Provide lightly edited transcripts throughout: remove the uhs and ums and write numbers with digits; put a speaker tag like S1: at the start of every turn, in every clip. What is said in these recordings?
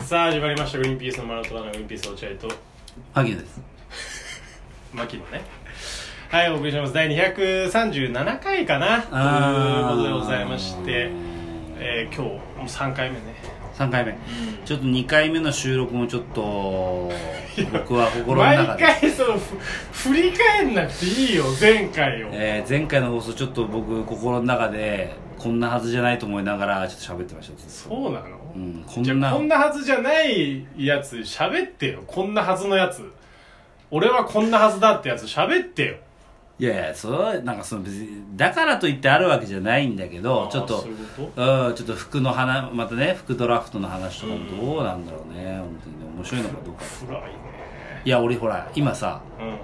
S1: さあ始まりましたグリーンピースの丸とのグリーンピース落合と
S2: 萩野です。
S1: 牧野ね。はいお送りします。第237回かなということでございまして、今日もう3回目ね。
S2: 3回目、ちょっと2回目の収録もちょっと僕は心の中で
S1: 毎回その振り返んなくていいよ前回を、
S2: 前回の放送ちょっと僕心の中でこんなはずじゃないと思いながらちょっと喋ってました。
S1: そうなの、
S2: こ
S1: んなはずじゃないやつ喋ってよ。こんなはずのやつ、俺はこんなはずだってやつ喋ってよ。
S2: いやいや、そうなんかその別にだからといってあるわけじゃないんだけど、ちょっとちょっと服の話、またね服ドラフトの話とかもどうなんだろうね、本当に面白いのかどうか。
S1: 暗いね。
S2: いや俺ほら今さ、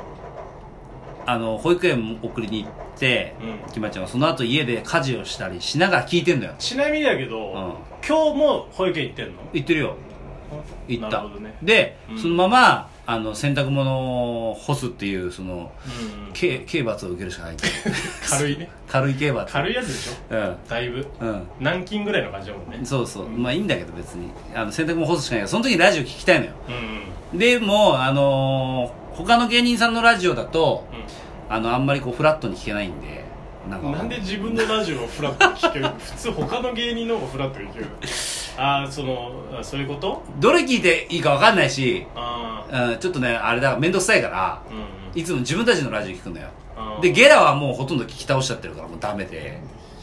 S2: 保育園送りに行って、きまちゃんはその後家で家事をしたりしながら聞いてんのよ。
S1: ちなみにだけど、今日も保育園行ってんの？
S2: 行ってるよ。行った。
S1: なるほどね。
S2: で、そのまま洗濯物を干すっていうその、刑罰を受けるしかない
S1: 軽いね。
S2: 軽い刑罰。
S1: 軽いやつでしょ。だいぶ。何斤ぐらいの感じだもんね。
S2: そうそう、まあいいんだけど別に洗濯物干すしかないから、その時にラジオ聞きたいのよ。でも他の芸人さんのラジオだと、あんまりこうフラットに聞けないんで、
S1: なんで自分のラジオをフラットに聞けるの？普通他の芸人の方がフラットに聞けるの？そういうこと？
S2: どれ聞いていいか分かんないし、ちょっとねあれだ面倒くさいから、いつも自分たちのラジオ聞くのよ。でゲラはもうほとんど聞き倒しちゃってるからもうダメで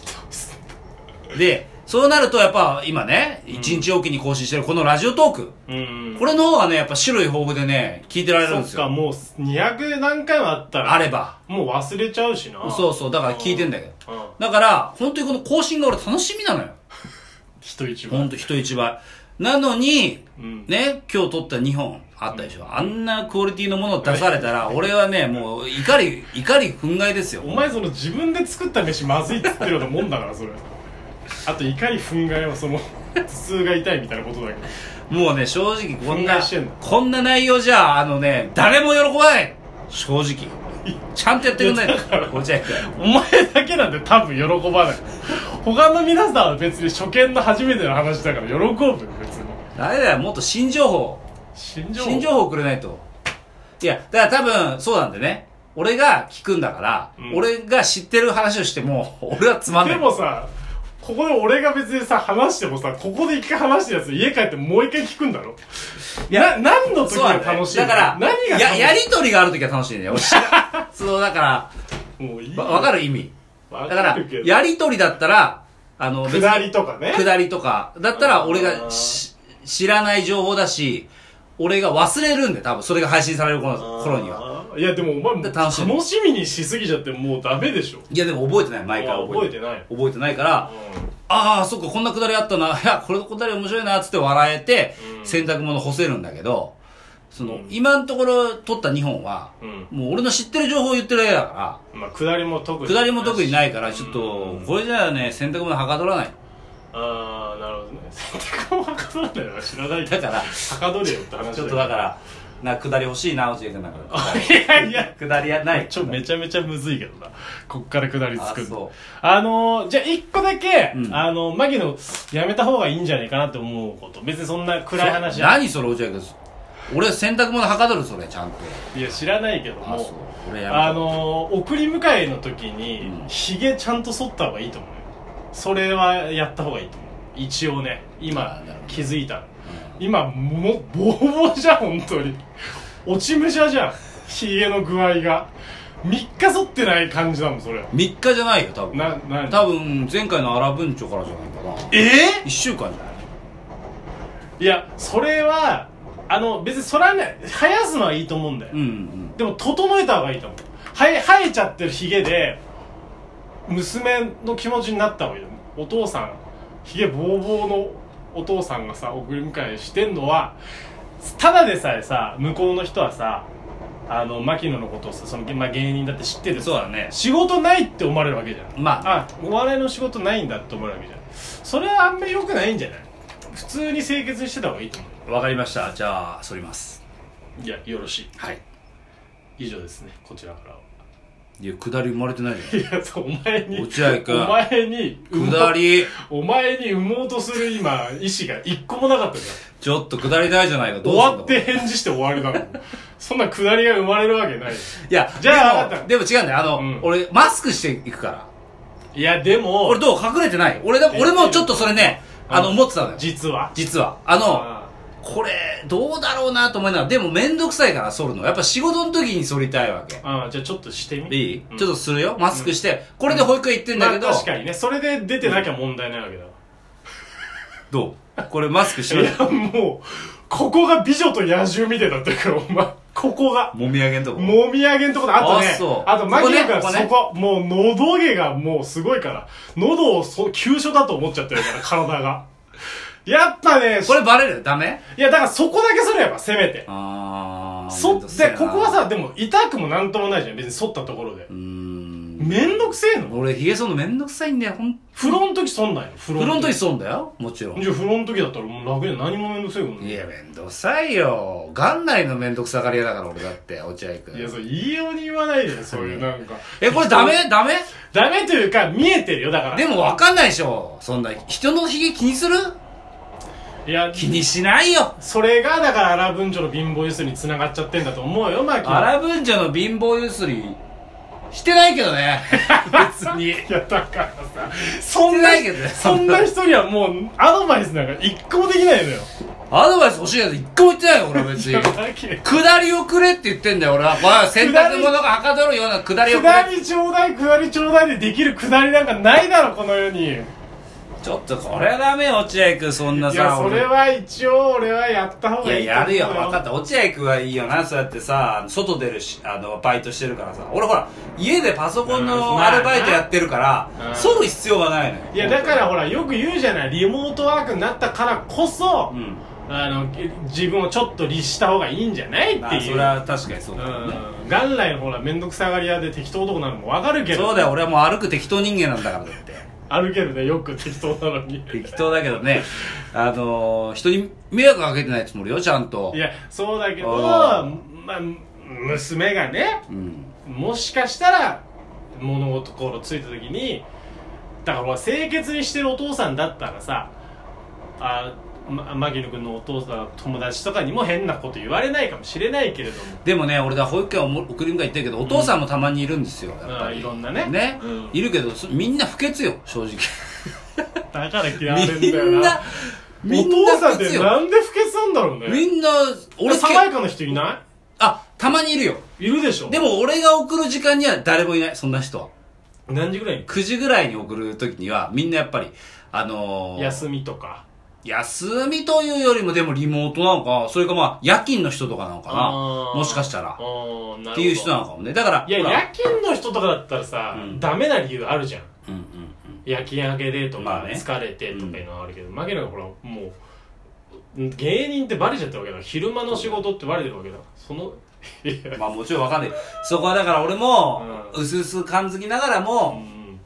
S2: でそうなるとやっぱ今ね1日おきに更新してるこのラジオトーク、これの方がねやっぱ種類豊富でね聞いてられるんですよ。
S1: そっか、もう200何回もあったら
S2: あれば
S1: もう忘れちゃうしな。
S2: そうそう、だから聞いてんだけど、だから本当にこの更新が俺楽しみなのよ。
S1: 人一倍、
S2: 本当人一倍なのに、ね、今日撮った2本あったでしょ、あんなクオリティのものを出されたら俺はねもう怒り憤慨ですよ。
S1: お前その自分で作った飯まずいっつってるようなもんだからそれ。あと怒り憤慨はその頭痛が痛いみたいなことだけど、
S2: もうね正直こんな内容じゃ誰も喜ばない。正直ちゃんとやってくんないと
S1: お前だけなんて多分喜ばない。他の皆さんは別に初見の初めての話だから喜ぶよ別に。
S2: あれだよ、もっと新情報くれないと。いやだから多分そうなんでね、俺が聞くんだから、俺が知ってる話をしても俺はつまんない。
S1: でもさ、ここで俺が別にさ話してもさ、ここで一回話したやつ家帰ってもう一回聞くんだろ。いや何の時が楽しいの？
S2: だから
S1: 何が
S2: やりとりがある時は楽しいんだよ。そうだから
S1: もういい。
S2: わかる意味。
S1: だ
S2: からやりとりだったら
S1: 下りとかね。
S2: 下りとかだったら俺が知らない情報だし、俺が忘れるんで多分それが配信される頃には。
S1: いやでもお前楽しみにしすぎちゃってもうダメでしょ。
S2: いやでも覚えてない、毎回覚えてないから、ああそっかこんなくだりあったな、いやこれのくだり面白いなっつって笑えて、洗濯物干せるんだけど、今のところ撮った2本は、もう俺の知ってる情報を言ってるだけだから、
S1: 下りも特に
S2: ないから、ちょっとこれじゃあね洗濯物はかどらない。
S1: ああなるほどね。洗濯物はかどらないのは知らないけど、
S2: だから
S1: はかどれよって話。
S2: ちょっとだから下り欲しいな、落合君だから。
S1: いや
S2: 下りやない。
S1: めちゃめちゃむずいけどな、こっから下り作るの。
S2: そう
S1: じゃあ一個だけ、マギのやめた方がいいんじゃないかなって思うこと。別にそんな暗い話じゃ
S2: 何それ落合君。俺洗濯物はかどるそれちゃんと。
S1: いや知らないけども、
S2: 俺やめた。
S1: 送り迎えの時にひげちゃんと剃った方がいいと思うよ。それはやった方がいいと思う。一応ね、今気づいた。今もうボーボーじゃん本当に。落ち武者じゃん、ひげの具合が。3日剃ってない感じだもんそれ。
S2: 3日じゃないよ多分。多分前回の荒文鳥からじゃないかな。1週間じゃない。
S1: いやそれは別にそれはね生やすのはいいと思うんだよ、でも整えた方がいいと思う。生えちゃってるひげで娘の気持ちになった方がいいよ。お父さんひげボーボーのお父さんがさ送り迎えしてんのはただでさえさ、向こうの人はさ牧野のことをさ、芸人だって知ってる。
S2: そうだね。
S1: 仕事ないって思われるわけじゃん。お笑いの仕事ないんだって思われるわけじゃん。それはあんまり良くないんじゃない？普通に清潔にしてた方がいいと思う。
S2: わかりました。じゃあ剃ります。
S1: いやよろしい。
S2: はい。
S1: 以上ですね、こちらからは。
S2: いや、下り生まれてないじゃん。
S1: いや、そう、お前に
S2: 下り
S1: 生もうとする今意思が一個もなかったじゃん。
S2: ちょっと下りないじゃないか。
S1: どう終わって返事して終わりだもん。そんな下りが生まれるわけない。
S2: いや、
S1: じゃあ
S2: でも違うんだよ。俺マスクしていくから。
S1: いや、でも
S2: 俺どう隠れてない？俺もちょっとそれね、思ってたのよ。
S1: 実は
S2: これどうだろうなと思いながら、でもめんどくさいから剃るの。やっぱ仕事の時に剃りたいわけ。
S1: じゃあちょっとしてみ。
S2: いい？ちょっとするよ。マスクして、これで保育園行ってんだけど。
S1: 確かにね、それで出てなきゃ問題ないわけだ。
S2: どう？これマスクして。
S1: いや、もうここが美女と野獣みたいになってるから、お前。ここが
S2: もみあげんとこ。
S1: もみあげんとこだ。あとね、あとマギがそこ、もう喉毛がもうすごいから、喉を急所だと思っちゃってるから、体が。やっぱね、
S2: これバレる？ダメ？
S1: いや、だからそこだけ剃れば、せめて。で、ここはさ、でも痛くもなんともないじゃん、別に剃ったところで。めんどくせえの？
S2: 俺、髭剃るのめんどくさいんだよ、
S1: 風呂の時剃んないの？
S2: 風呂の時剃んだよ、もちろん。
S1: じゃあ風呂の時だったらもう楽に何もめんどくせえもんね。
S2: いや、めんどくさいよ。元来のめんどくさがり屋だから俺だって、落合君。
S1: いや、そう言いように言わないでよ、そういうなんか。
S2: これダメ
S1: ダメというか、見えてるよ、だから。
S2: でもわかんないでしょ。そんな、人の髭気にする？いや、気にしないよ。
S1: それが、だから荒文書の貧乏ゆすりに繋がっちゃってんだと思うよ、マキ。
S2: 荒文書の貧乏ゆすり、してないけどね。別に。
S1: いや、だからさ、そんな人にはもう、アドバイスなんか一個もできないのよ。
S2: アドバイス欲しいやつ一個も言ってないよ、俺は別に。下りをくれって言ってんだよ、俺は。洗濯物がはかどるような下りをくれ。
S1: 下りちょうだい、下りちょうだいでできる下りなんかないだろ、この世に。
S2: ちょっとこれはダメよ、落合君、そんなさ。
S1: いや、それは一応俺はやった方がいい。
S2: いや、やるよ、分かった。落合君はいいよな、そうやってさ、外出るし、バイトしてるからさ。俺ほら、家でパソコンのアルバイトやってるから、剃る必要がないのよ。
S1: いや、だからほら、よく言うじゃない、リモートワークになったからこそ、自分をちょっと律した方がいいんじゃないっていう。
S2: それは確かにそうだよね。
S1: 元来のほら、めんどくさがり屋で適当男なのも分かるけど。
S2: そうだよ、俺はもう歩く適当人間なんだからだって。
S1: 歩けるね、よく適当なのに。
S2: 適当だけどね、人に迷惑かけてないつもりよ、ちゃんと。
S1: いや、そうだけど、まあ、娘がね、もしかしたら、物心ついた時に、だから清潔にしてるお父さんだったらさ、牧野君のお父さん、友達とかにも変なこと言われないかもしれないけれども。
S2: でもね、俺だ保育園を送り迎え行ってるけど、お父さんもたまにいるんですよ、やっぱり。
S1: いろんなね。
S2: いるけど、みんな不潔よ、正直。
S1: だから嫌われるんだよな。お父さんってなんで不潔なんだろうね。
S2: みんな、
S1: 爽やかな人いない？
S2: たまにいるよ。
S1: いるでしょ。
S2: でも俺が送る時間には誰もいない、そんな人は。
S1: 何時ぐらいに
S2: ？9時ぐらいに送る時には、みんなやっぱり、
S1: 休みとか。
S2: 休みというよりもでもリモートなのか、それか夜勤の人とかなのかな、もしかしたらっていう人なのかもね。だから
S1: いや、夜勤の人とかだったらさ、ダメな理由あるじゃん。夜勤明けでとか、疲れてとかいうのはあるけど、負けるのはほらもう芸人ってバレちゃってるわけだ。昼間の仕事ってバレてるわけだ。
S2: もちろんわかんない。そこはだから俺もうすうす感づきながらも、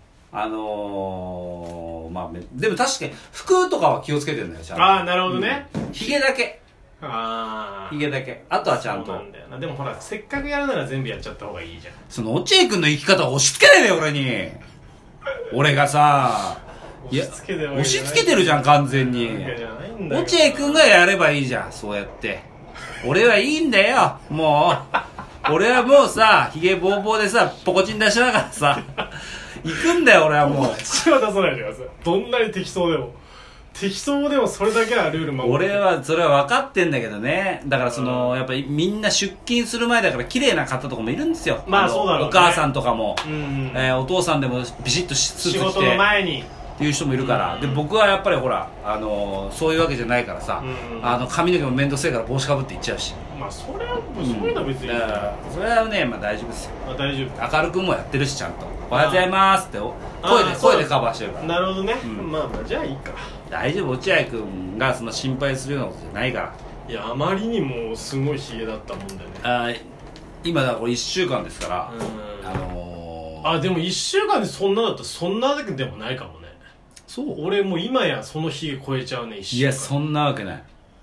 S2: でも確かに服とかは気をつけてるんだよ、ちゃんと。
S1: なるほどね。
S2: ヒゲだけ。ヒゲだけ。あとはちゃんと。
S1: そうなんだよな。でもほら、せっかくやるなら全部やっちゃった方がいいじゃん。
S2: その落合君の生き方を押し付けないでよ、俺に。俺がさ、押し付けてるじゃん、完全に。落合君がやればいいじゃん、そうやって。俺はいいんだよ、もう。俺はもうさ、ヒゲボーボーでさ、ポコチン出しながらさ、行くんだよ、俺はもう。
S1: 口は出さないでください。どんなに適当でも。適当でもそれだけはルール守って。
S2: 俺はそれは分かってんだけどね。だからやっぱりみんな出勤する前だから綺麗な方とかもいるんですよ。
S1: まあそうだろうね。
S2: お母さんとかも、お父さんでもビシッとスーツ着て
S1: 仕事の前に
S2: っていう人もいるから。で、僕はやっぱりほら、そういうわけじゃないからさ、髪の毛も面倒くせえから帽子かぶって行っちゃうし。
S1: まあそれはそういうのは別にいい。
S2: それはね、大丈夫ですよ。
S1: 大丈夫。
S2: 明るくもやってるし、ちゃんとおはようございますって声でカバーしてるから。
S1: なるほどね。まあじゃあいいか。
S2: 大丈夫、落合君がそんな心配するようなことじゃないから。
S1: いや、あまりにもすごいヒゲだったもんでね。
S2: 今だからこれ1週間ですから、
S1: でも1週間でそんなだったらそんなわけでもないかもね。
S2: そう。
S1: 俺もう今やそのヒゲ超えちゃうね、1週間。
S2: いや、そんなわけない。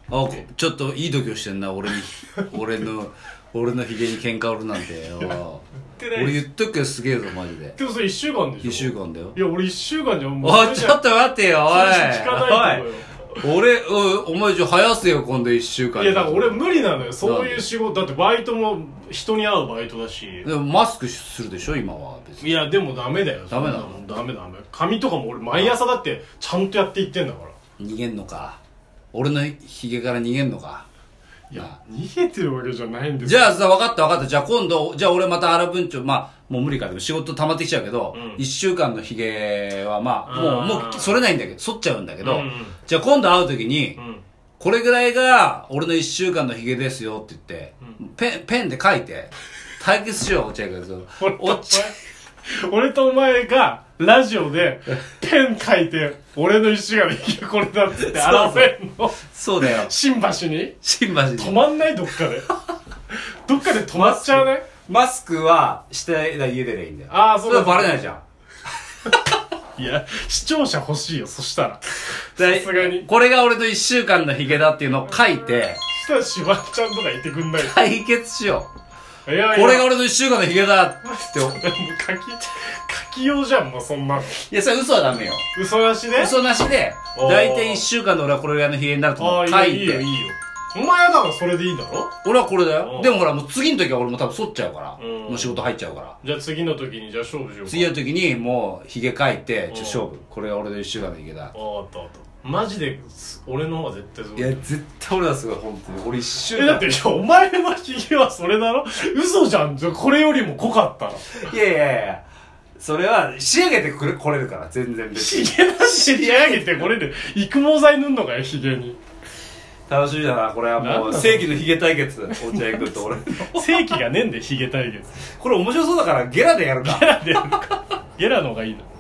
S2: あ、ちょっといい度胸してんな、俺のヒゲに喧嘩売るなんてよ。俺言っとくけどすげえぞマジで。
S1: でもそれ1週間でしょ。
S2: 1週間だよ。
S1: いや俺1週間じゃもう。
S2: おいちょっと待ってよ、おい。
S1: 聞かないと思うよ。
S2: お前じゃあ生やせよ今度1週間。
S1: いやだから俺無理なのよ、そういう仕事。だってバイトも人に会うバイトだし。
S2: でもマスクするでしょ今は別に。
S1: いやでもダメだよ。
S2: ダメなの？
S1: ダメ。髪とかも俺毎朝だってちゃんとやっていってんだから。
S2: 逃げんのか、俺のヒゲから逃げんのか。
S1: いや逃げてるわけじゃないんです
S2: よ。じゃあさ、分かったじゃあ今度、じゃあ俺また荒文鳥、まあもう無理か、でも仕事溜まってきちゃうけど、1週間のヒゲはまあもう剃れないんだけど、剃っちゃうんだけど、じゃあ今度会う時に、これぐらいが俺の1週間のヒゲですよって言って、ペンで書いて対決しよう。落合君。
S1: 俺とお前がラジオでペン書いて俺の1週間のヒゲこれだっつって表せんの。
S2: そうだよ。
S1: 新橋に止まんない？どっかで止まっちゃうね。
S2: マスクはして家でりゃいいんだよ。
S1: ああ、そうだ。
S2: それはバレないじゃ
S1: ん。いや視聴者欲しいよ。そしたらさすがに
S2: これが俺の1週間のヒゲだっていうのを書いて、
S1: そしたらしばちゃんとかいてくんない？
S2: 対決しよう。
S1: いや
S2: これが俺の1週間のヒゲだって
S1: 書きようじゃんもうそんなの。い
S2: やそれ嘘はダメよ。
S1: 嘘なしで
S2: 大体1週間の俺はこれぐらいのヒゲになると思う。書いて。いいよ
S1: お前はだからそれでいいんだろ。
S2: 俺はこれだよ。でもほらもう次の時は俺も多分剃っちゃうから、もう仕事入っちゃうから。
S1: じゃあ次の時にじゃあ勝負しようか。
S2: 次の時にもうヒゲ書いて勝負。これが俺の1週間のヒゲだ。
S1: あったマジで俺の方が絶対すごい。
S2: いや絶対俺はすごい本当に。俺1週間
S1: だってお前のヒゲはそれだろ。嘘じゃん。これよりも濃かったら。
S2: いやそれは仕上げてこれるから全然別に。
S1: ヒゲなし仕上げてこれる。育毛剤塗んのかよヒゲに。
S2: 楽しみだな。これはもう世紀のヒゲ対決。落合君と俺
S1: 世紀がねえんでヒゲ対決。
S2: これ面白そうだからゲラでやるか。
S1: ゲラの方がいいの。